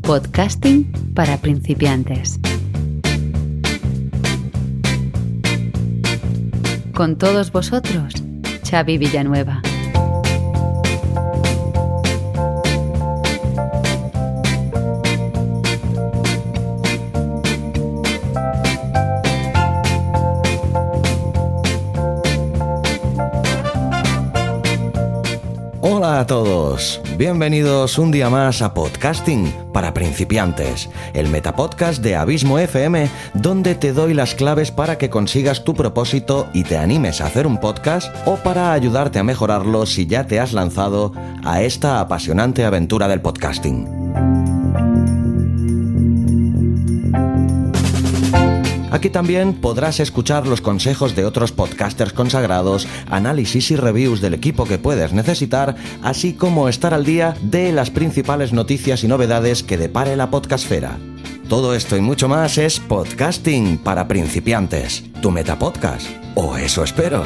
Podcasting para principiantes. Con todos vosotros, Xavi Villanueva. Hola a todos, bienvenidos un día más a Podcasting para principiantes, el metapodcast de Abismo FM, donde te doy las claves para que consigas tu propósito y te animes a hacer un podcast o para ayudarte a mejorarlo si ya te has lanzado a esta apasionante aventura del podcasting. Aquí también podrás escuchar los consejos de otros podcasters consagrados, análisis y reviews del equipo que puedes necesitar, así como estar al día de las principales noticias y novedades que depare la podcastfera. Todo esto y mucho más es Podcasting para principiantes, tu metapodcast, o eso espero.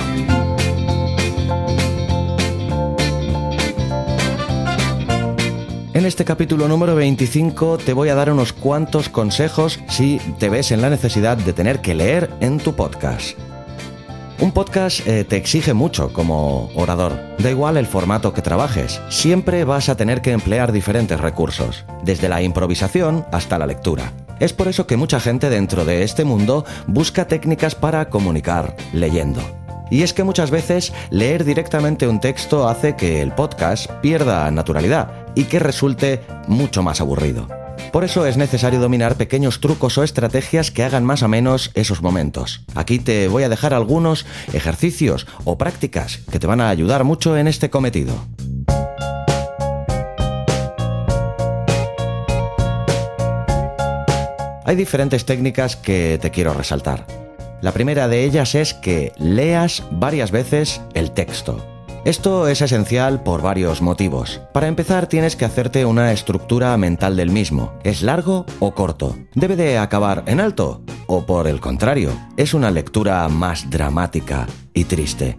En este capítulo número 25 te voy a dar unos cuantos consejos si te ves en la necesidad de tener que leer en tu podcast. Un podcast te exige mucho como orador. Da igual el formato que trabajes, siempre vas a tener que emplear diferentes recursos, desde la improvisación hasta la lectura. Es por eso que mucha gente dentro de este mundo busca técnicas para comunicar leyendo. Y es que muchas veces leer directamente un texto hace que el podcast pierda naturalidad y que resulte mucho más aburrido. Por eso es necesario dominar pequeños trucos o estrategias que hagan más amenos esos momentos. Aquí te voy a dejar algunos ejercicios o prácticas que te van a ayudar mucho en este cometido. Hay diferentes técnicas que te quiero resaltar. La primera de ellas es que leas varias veces el texto. Esto es esencial por varios motivos. Para empezar, tienes que hacerte una estructura mental del mismo. ¿Es largo o corto? ¿Debe de acabar en alto? ¿O por el contrario, es una lectura más dramática y triste?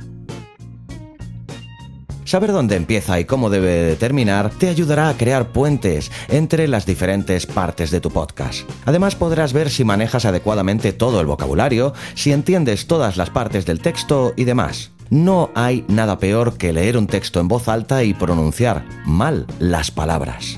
Saber dónde empieza y cómo debe de terminar te ayudará a crear puentes entre las diferentes partes de tu podcast. Además podrás ver si manejas adecuadamente todo el vocabulario, si entiendes todas las partes del texto y demás. No hay nada peor que leer un texto en voz alta y pronunciar mal las palabras.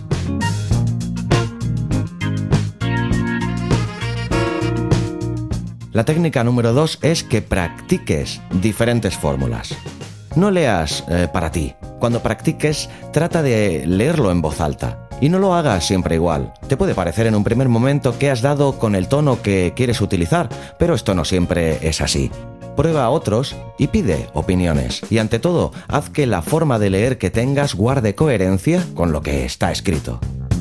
La técnica número 2 es que practiques diferentes fórmulas. No leas para ti. Cuando practiques, trata de leerlo en voz alta. Y no lo hagas siempre igual. Te puede parecer en un primer momento que has dado con el tono que quieres utilizar, pero esto no siempre es así. Prueba otros y pide opiniones. Y ante todo, haz que la forma de leer que tengas guarde coherencia con lo que está escrito.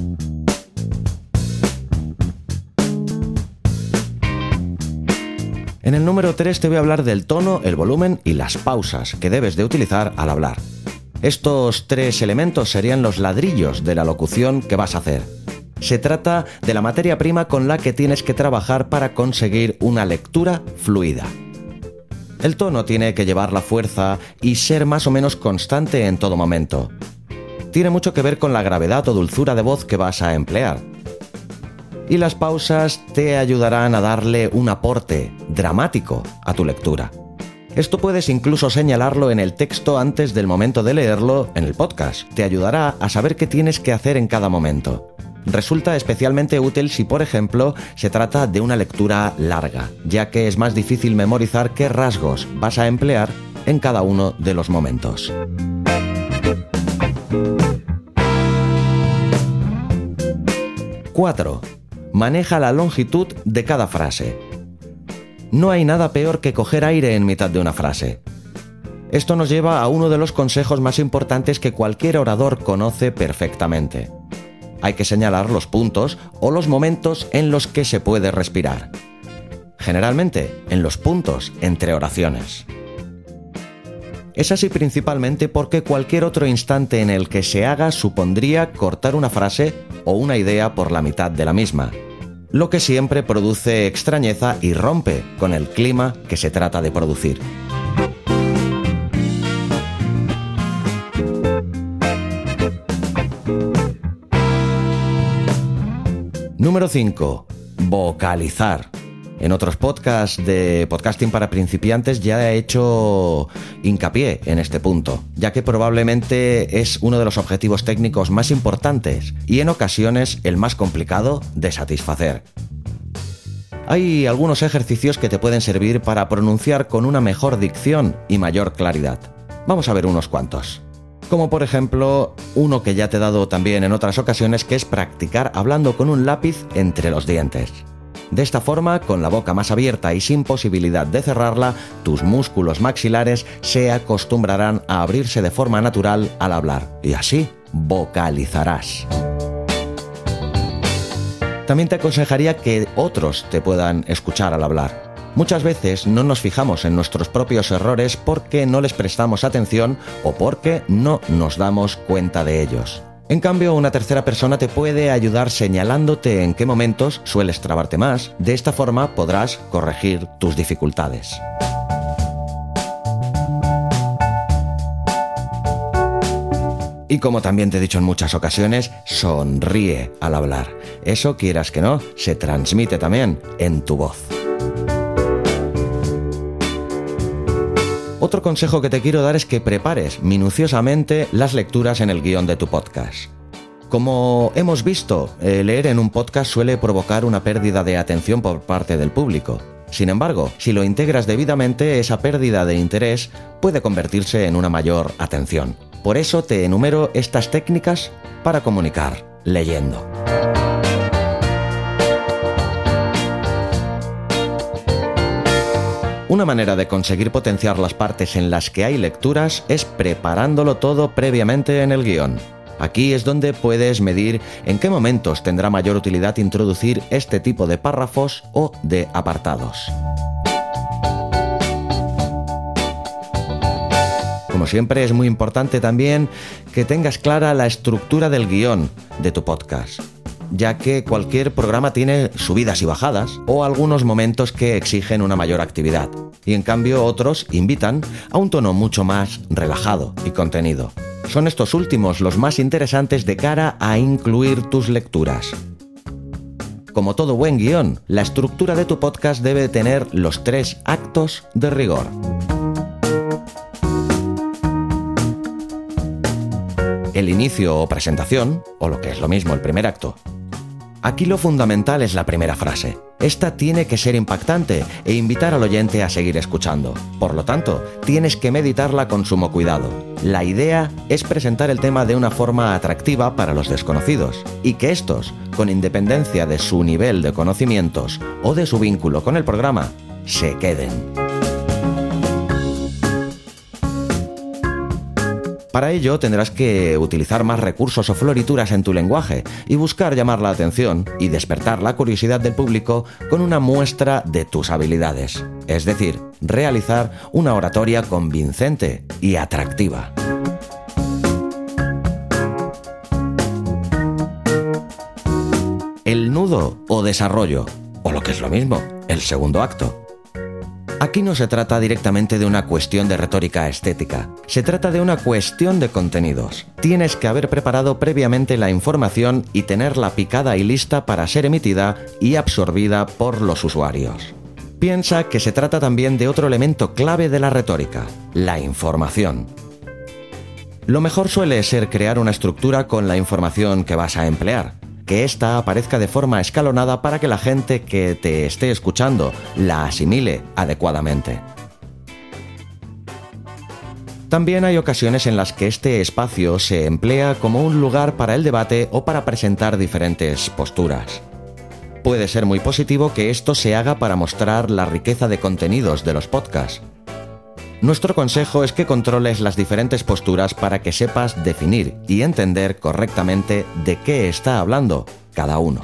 En el número 3 te voy a hablar del tono, el volumen y las pausas que debes de utilizar al hablar. Estos 3 elementos serían los ladrillos de la locución que vas a hacer. Se trata de la materia prima con la que tienes que trabajar para conseguir una lectura fluida. El tono tiene que llevar la fuerza y ser más o menos constante en todo momento. Tiene mucho que ver con la gravedad o dulzura de voz que vas a emplear. Y las pausas te ayudarán a darle un aporte dramático a tu lectura. Esto puedes incluso señalarlo en el texto antes del momento de leerlo en el podcast. Te ayudará a saber qué tienes que hacer en cada momento. Resulta especialmente útil si, por ejemplo, se trata de una lectura larga, ya que es más difícil memorizar qué rasgos vas a emplear en cada uno de los momentos. ¡4! Maneja la longitud de cada frase. No hay nada peor que coger aire en mitad de una frase. Esto nos lleva a uno de los consejos más importantes que cualquier orador conoce perfectamente. Hay que señalar los puntos o los momentos en los que se puede respirar. Generalmente, en los puntos entre oraciones. Es así principalmente porque cualquier otro instante en el que se haga supondría cortar una frase o una idea por la mitad de la misma, lo que siempre produce extrañeza y rompe con el clima que se trata de producir. Número 5. Vocalizar. En otros podcasts de podcasting para principiantes ya he hecho hincapié en este punto, ya que probablemente es uno de los objetivos técnicos más importantes y en ocasiones el más complicado de satisfacer. Hay algunos ejercicios que te pueden servir para pronunciar con una mejor dicción y mayor claridad. Vamos a ver unos cuantos. Como por ejemplo, uno que ya te he dado también en otras ocasiones, que es practicar hablando con un lápiz entre los dientes. De esta forma, con la boca más abierta y sin posibilidad de cerrarla, tus músculos maxilares se acostumbrarán a abrirse de forma natural al hablar, y así vocalizarás. También te aconsejaría que otros te puedan escuchar al hablar. Muchas veces no nos fijamos en nuestros propios errores porque no les prestamos atención o porque no nos damos cuenta de ellos. En cambio, una tercera persona te puede ayudar señalándote en qué momentos sueles trabarte más. De esta forma podrás corregir tus dificultades. Y como también te he dicho en muchas ocasiones, sonríe al hablar. Eso, quieras que no, se transmite también en tu voz. Otro consejo que te quiero dar es que prepares minuciosamente las lecturas en el guión de tu podcast. Como hemos visto, leer en un podcast suele provocar una pérdida de atención por parte del público. Sin embargo, si lo integras debidamente, esa pérdida de interés puede convertirse en una mayor atención. Por eso te enumero estas técnicas para comunicar leyendo. Una manera de conseguir potenciar las partes en las que hay lecturas es preparándolo todo previamente en el guión. Aquí es donde puedes medir en qué momentos tendrá mayor utilidad introducir este tipo de párrafos o de apartados. Como siempre, es muy importante también que tengas clara la estructura del guión de tu podcast, ya que cualquier programa tiene subidas y bajadas o algunos momentos que exigen una mayor actividad, y en cambio otros invitan a un tono mucho más relajado y contenido. Son estos últimos los más interesantes de cara a incluir tus lecturas. Como todo buen guión, la estructura de tu podcast debe tener los 3 actos de rigor. El inicio o presentación, o lo que es lo mismo, el primer acto. Aquí lo fundamental es la primera frase. Esta tiene que ser impactante e invitar al oyente a seguir escuchando. Por lo tanto, tienes que meditarla con sumo cuidado. La idea es presentar el tema de una forma atractiva para los desconocidos y que estos, con independencia de su nivel de conocimientos o de su vínculo con el programa, se queden. Para ello tendrás que utilizar más recursos o florituras en tu lenguaje y buscar llamar la atención y despertar la curiosidad del público con una muestra de tus habilidades. Es decir, realizar una oratoria convincente y atractiva. El nudo o desarrollo, o lo que es lo mismo, el segundo acto. Aquí no se trata directamente de una cuestión de retórica estética, se trata de una cuestión de contenidos. Tienes que haber preparado previamente la información y tenerla picada y lista para ser emitida y absorbida por los usuarios. Piensa que se trata también de otro elemento clave de la retórica, la información. Lo mejor suele ser crear una estructura con la información que vas a emplear, que ésta aparezca de forma escalonada para que la gente que te esté escuchando la asimile adecuadamente. También hay ocasiones en las que este espacio se emplea como un lugar para el debate o para presentar diferentes posturas. Puede ser muy positivo que esto se haga para mostrar la riqueza de contenidos de los podcasts. Nuestro consejo es que controles las diferentes posturas para que sepas definir y entender correctamente de qué está hablando cada uno.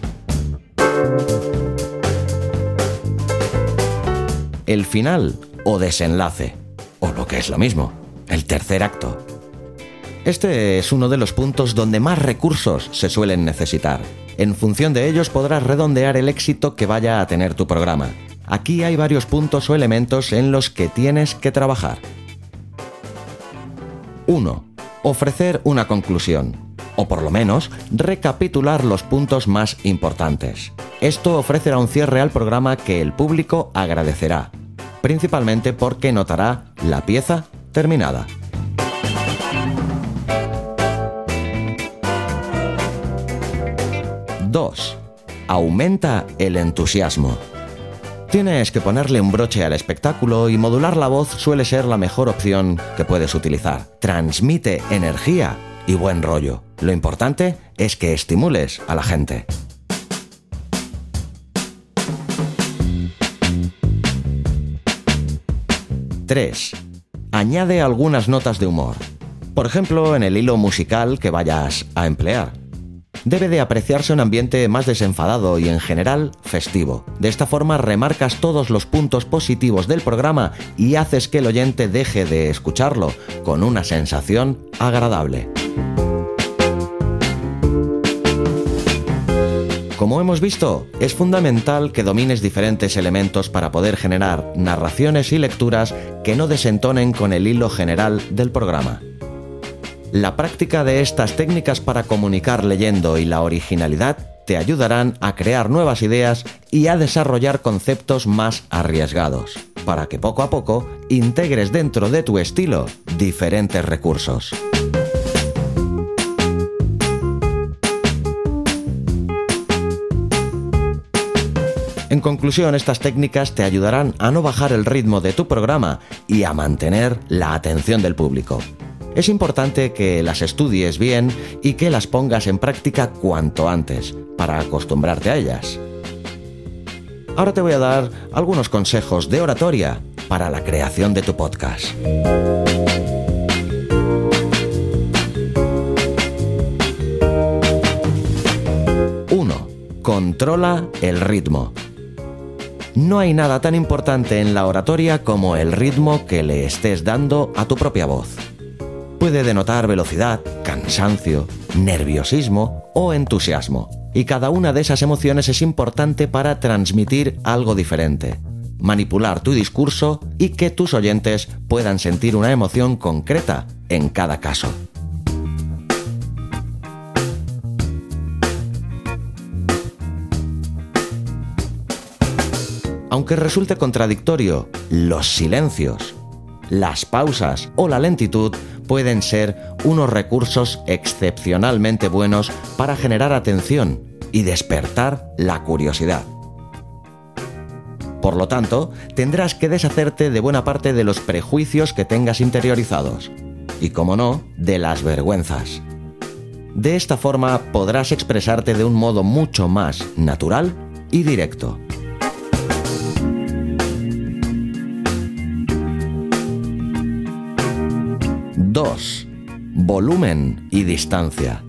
El final o desenlace, o lo que es lo mismo, el tercer acto. Este es uno de los puntos donde más recursos se suelen necesitar. En función de ellos podrás redondear el éxito que vaya a tener tu programa. Aquí hay varios puntos o elementos en los que tienes que trabajar. 1. Ofrecer una conclusión. o por lo menos recapitular los puntos más importantes. Esto ofrecerá un cierre al programa que el público agradecerá, principalmente porque notará la pieza terminada. Dos. Aumenta el entusiasmo. Tienes que ponerle un broche al espectáculo y modular la voz suele ser la mejor opción que puedes utilizar. Transmite energía y buen rollo. Lo importante es que estimules a la gente. 3. Añade algunas notas de humor. Por ejemplo, en el hilo musical que vayas a emplear. Debe de apreciarse un ambiente más desenfadado y en general festivo. De esta forma remarcas todos los puntos positivos del programa y haces que el oyente deje de escucharlo con una sensación agradable. Como hemos visto, es fundamental que domines diferentes elementos para poder generar narraciones y lecturas que no desentonen con el hilo general del programa. La práctica de estas técnicas para comunicar leyendo y la originalidad te ayudarán a crear nuevas ideas y a desarrollar conceptos más arriesgados, para que poco a poco integres dentro de tu estilo diferentes recursos. En conclusión, estas técnicas te ayudarán a no bajar el ritmo de tu programa y a mantener la atención del público. Es importante que las estudies bien y que las pongas en práctica cuanto antes, para acostumbrarte a ellas. Ahora te voy a dar algunos consejos de oratoria para la creación de tu podcast. 1. Controla el ritmo. No hay nada tan importante en la oratoria como el ritmo que le estés dando a tu propia voz. Puede denotar velocidad, cansancio, nerviosismo o entusiasmo, y cada una de esas emociones es importante para transmitir algo diferente, manipular tu discurso y que tus oyentes puedan sentir una emoción concreta en cada caso. Aunque resulte contradictorio, los silencios, las pausas o la lentitud pueden ser unos recursos excepcionalmente buenos para generar atención y despertar la curiosidad. Por lo tanto, tendrás que deshacerte de buena parte de los prejuicios que tengas interiorizados y, como no, de las vergüenzas. De esta forma podrás expresarte de un modo mucho más natural y directo. 2. Volumen y distancia.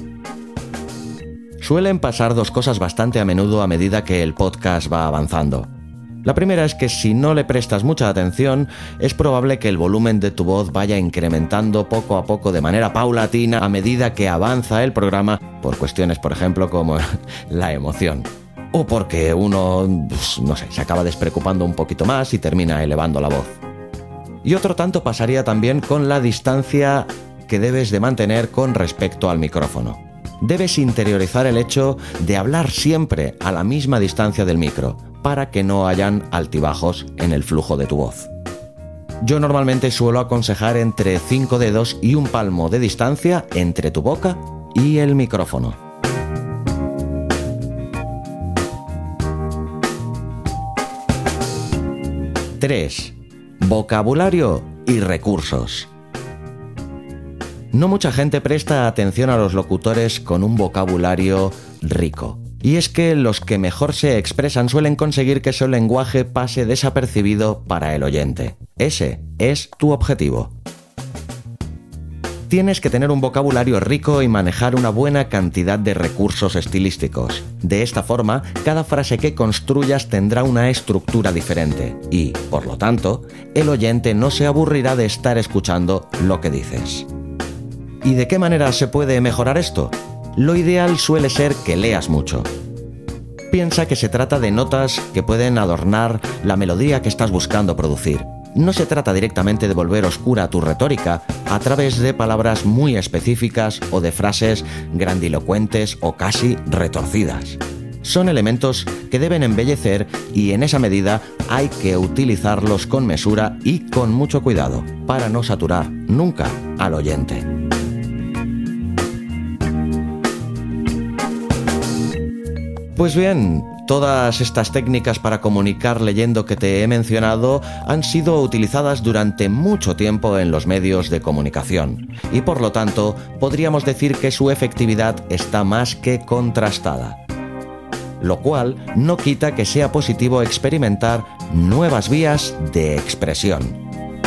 Suelen pasar dos cosas bastante a menudo a medida que el podcast va avanzando. La primera es que si no le prestas mucha atención, es probable que el volumen de tu voz vaya incrementando poco a poco de manera paulatina a medida que avanza el programa, por cuestiones, por ejemplo, como la emoción. O porque uno, se acaba despreocupando un poquito más y termina elevando la voz. Y otro tanto pasaría también con la distancia que debes de mantener con respecto al micrófono. Debes interiorizar el hecho de hablar siempre a la misma distancia del micro, para que no hayan altibajos en el flujo de tu voz. Yo normalmente suelo aconsejar entre 5 dedos y un palmo de distancia entre tu boca y el micrófono. 3. Vocabulario y recursos. No mucha gente presta atención a los locutores con un vocabulario rico. Y es que los que mejor se expresan suelen conseguir que su lenguaje pase desapercibido para el oyente. Ese es tu objetivo. Tienes que tener un vocabulario rico y manejar una buena cantidad de recursos estilísticos. De esta forma, cada frase que construyas tendrá una estructura diferente y, por lo tanto, el oyente no se aburrirá de estar escuchando lo que dices. ¿Y de qué manera se puede mejorar esto? Lo ideal suele ser que leas mucho. Piensa que se trata de notas que pueden adornar la melodía que estás buscando producir. no se trata directamente de volver oscura tu retórica a través de palabras muy específicas o de frases grandilocuentes o casi retorcidas. Son elementos que deben embellecer y en esa medida hay que utilizarlos con mesura y con mucho cuidado para no saturar nunca al oyente. Pues bien, todas estas técnicas para comunicar leyendo que te he mencionado han sido utilizadas durante mucho tiempo en los medios de comunicación y por lo tanto podríamos decir que su efectividad está más que contrastada. Lo cual no quita que sea positivo experimentar nuevas vías de expresión.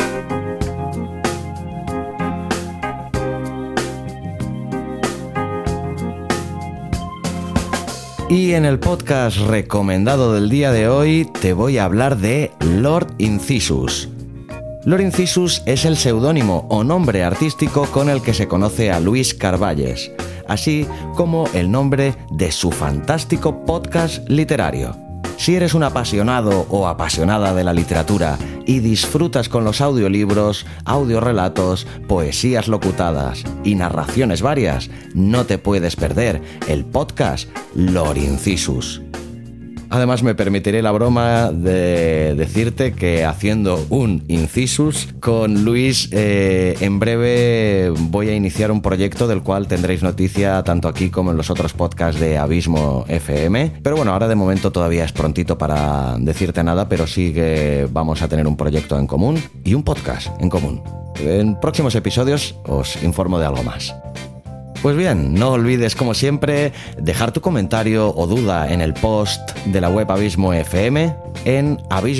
Y en el podcast recomendado del día de hoy te voy a hablar de Lord Incisus. Lord Incisus es el seudónimo o nombre artístico con el que se conoce a Luis Carballes, así como el nombre de su fantástico podcast literario. Si eres un apasionado o apasionada de la literatura y disfrutas con los audiolibros, audiorelatos, poesías locutadas y narraciones varias, no te puedes perder el podcast Lord Incisus. Además me permitiré la broma de decirte que haciendo un incisus con Luis, en breve voy a iniciar un proyecto del cual tendréis noticia tanto aquí como en los otros podcasts de Abismo FM. Pero bueno, ahora de momento todavía es prontito para decirte nada, pero sí que vamos a tener un proyecto en común y un podcast en común. En próximos episodios os informo de algo más. Pues bien, no olvides, como siempre, dejar tu comentario o duda en el post de la web Abismo FM en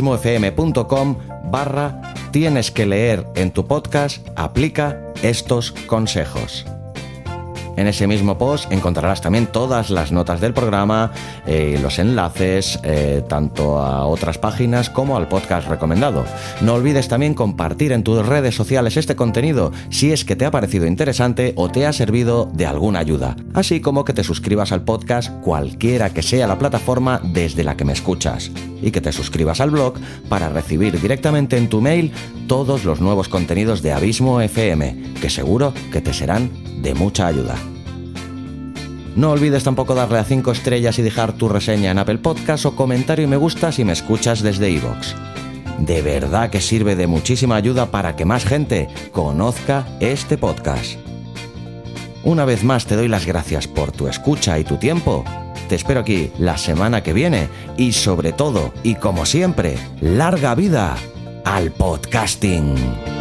abismofm.com/tienes que leer en tu podcast, aplica estos consejos. En ese mismo post encontrarás también todas las notas del programa, los enlaces, tanto a otras páginas como al podcast recomendado. No olvides también compartir en tus redes sociales este contenido si es que te ha parecido interesante o te ha servido de alguna ayuda, así como que te suscribas al podcast cualquiera que sea la plataforma desde la que me escuchas y que te suscribas al blog para recibir directamente en tu mail todos los nuevos contenidos de Abismo FM, que seguro que te serán de mucha ayuda. No olvides tampoco darle a 5 estrellas y dejar tu reseña en Apple Podcast o comentario y me gusta si me escuchas desde iVoox. De verdad que sirve de muchísima ayuda para que más gente conozca este podcast. Una vez más te doy las gracias por tu escucha y tu tiempo. Te espero aquí la semana que viene y sobre todo, y como siempre, larga vida al podcasting.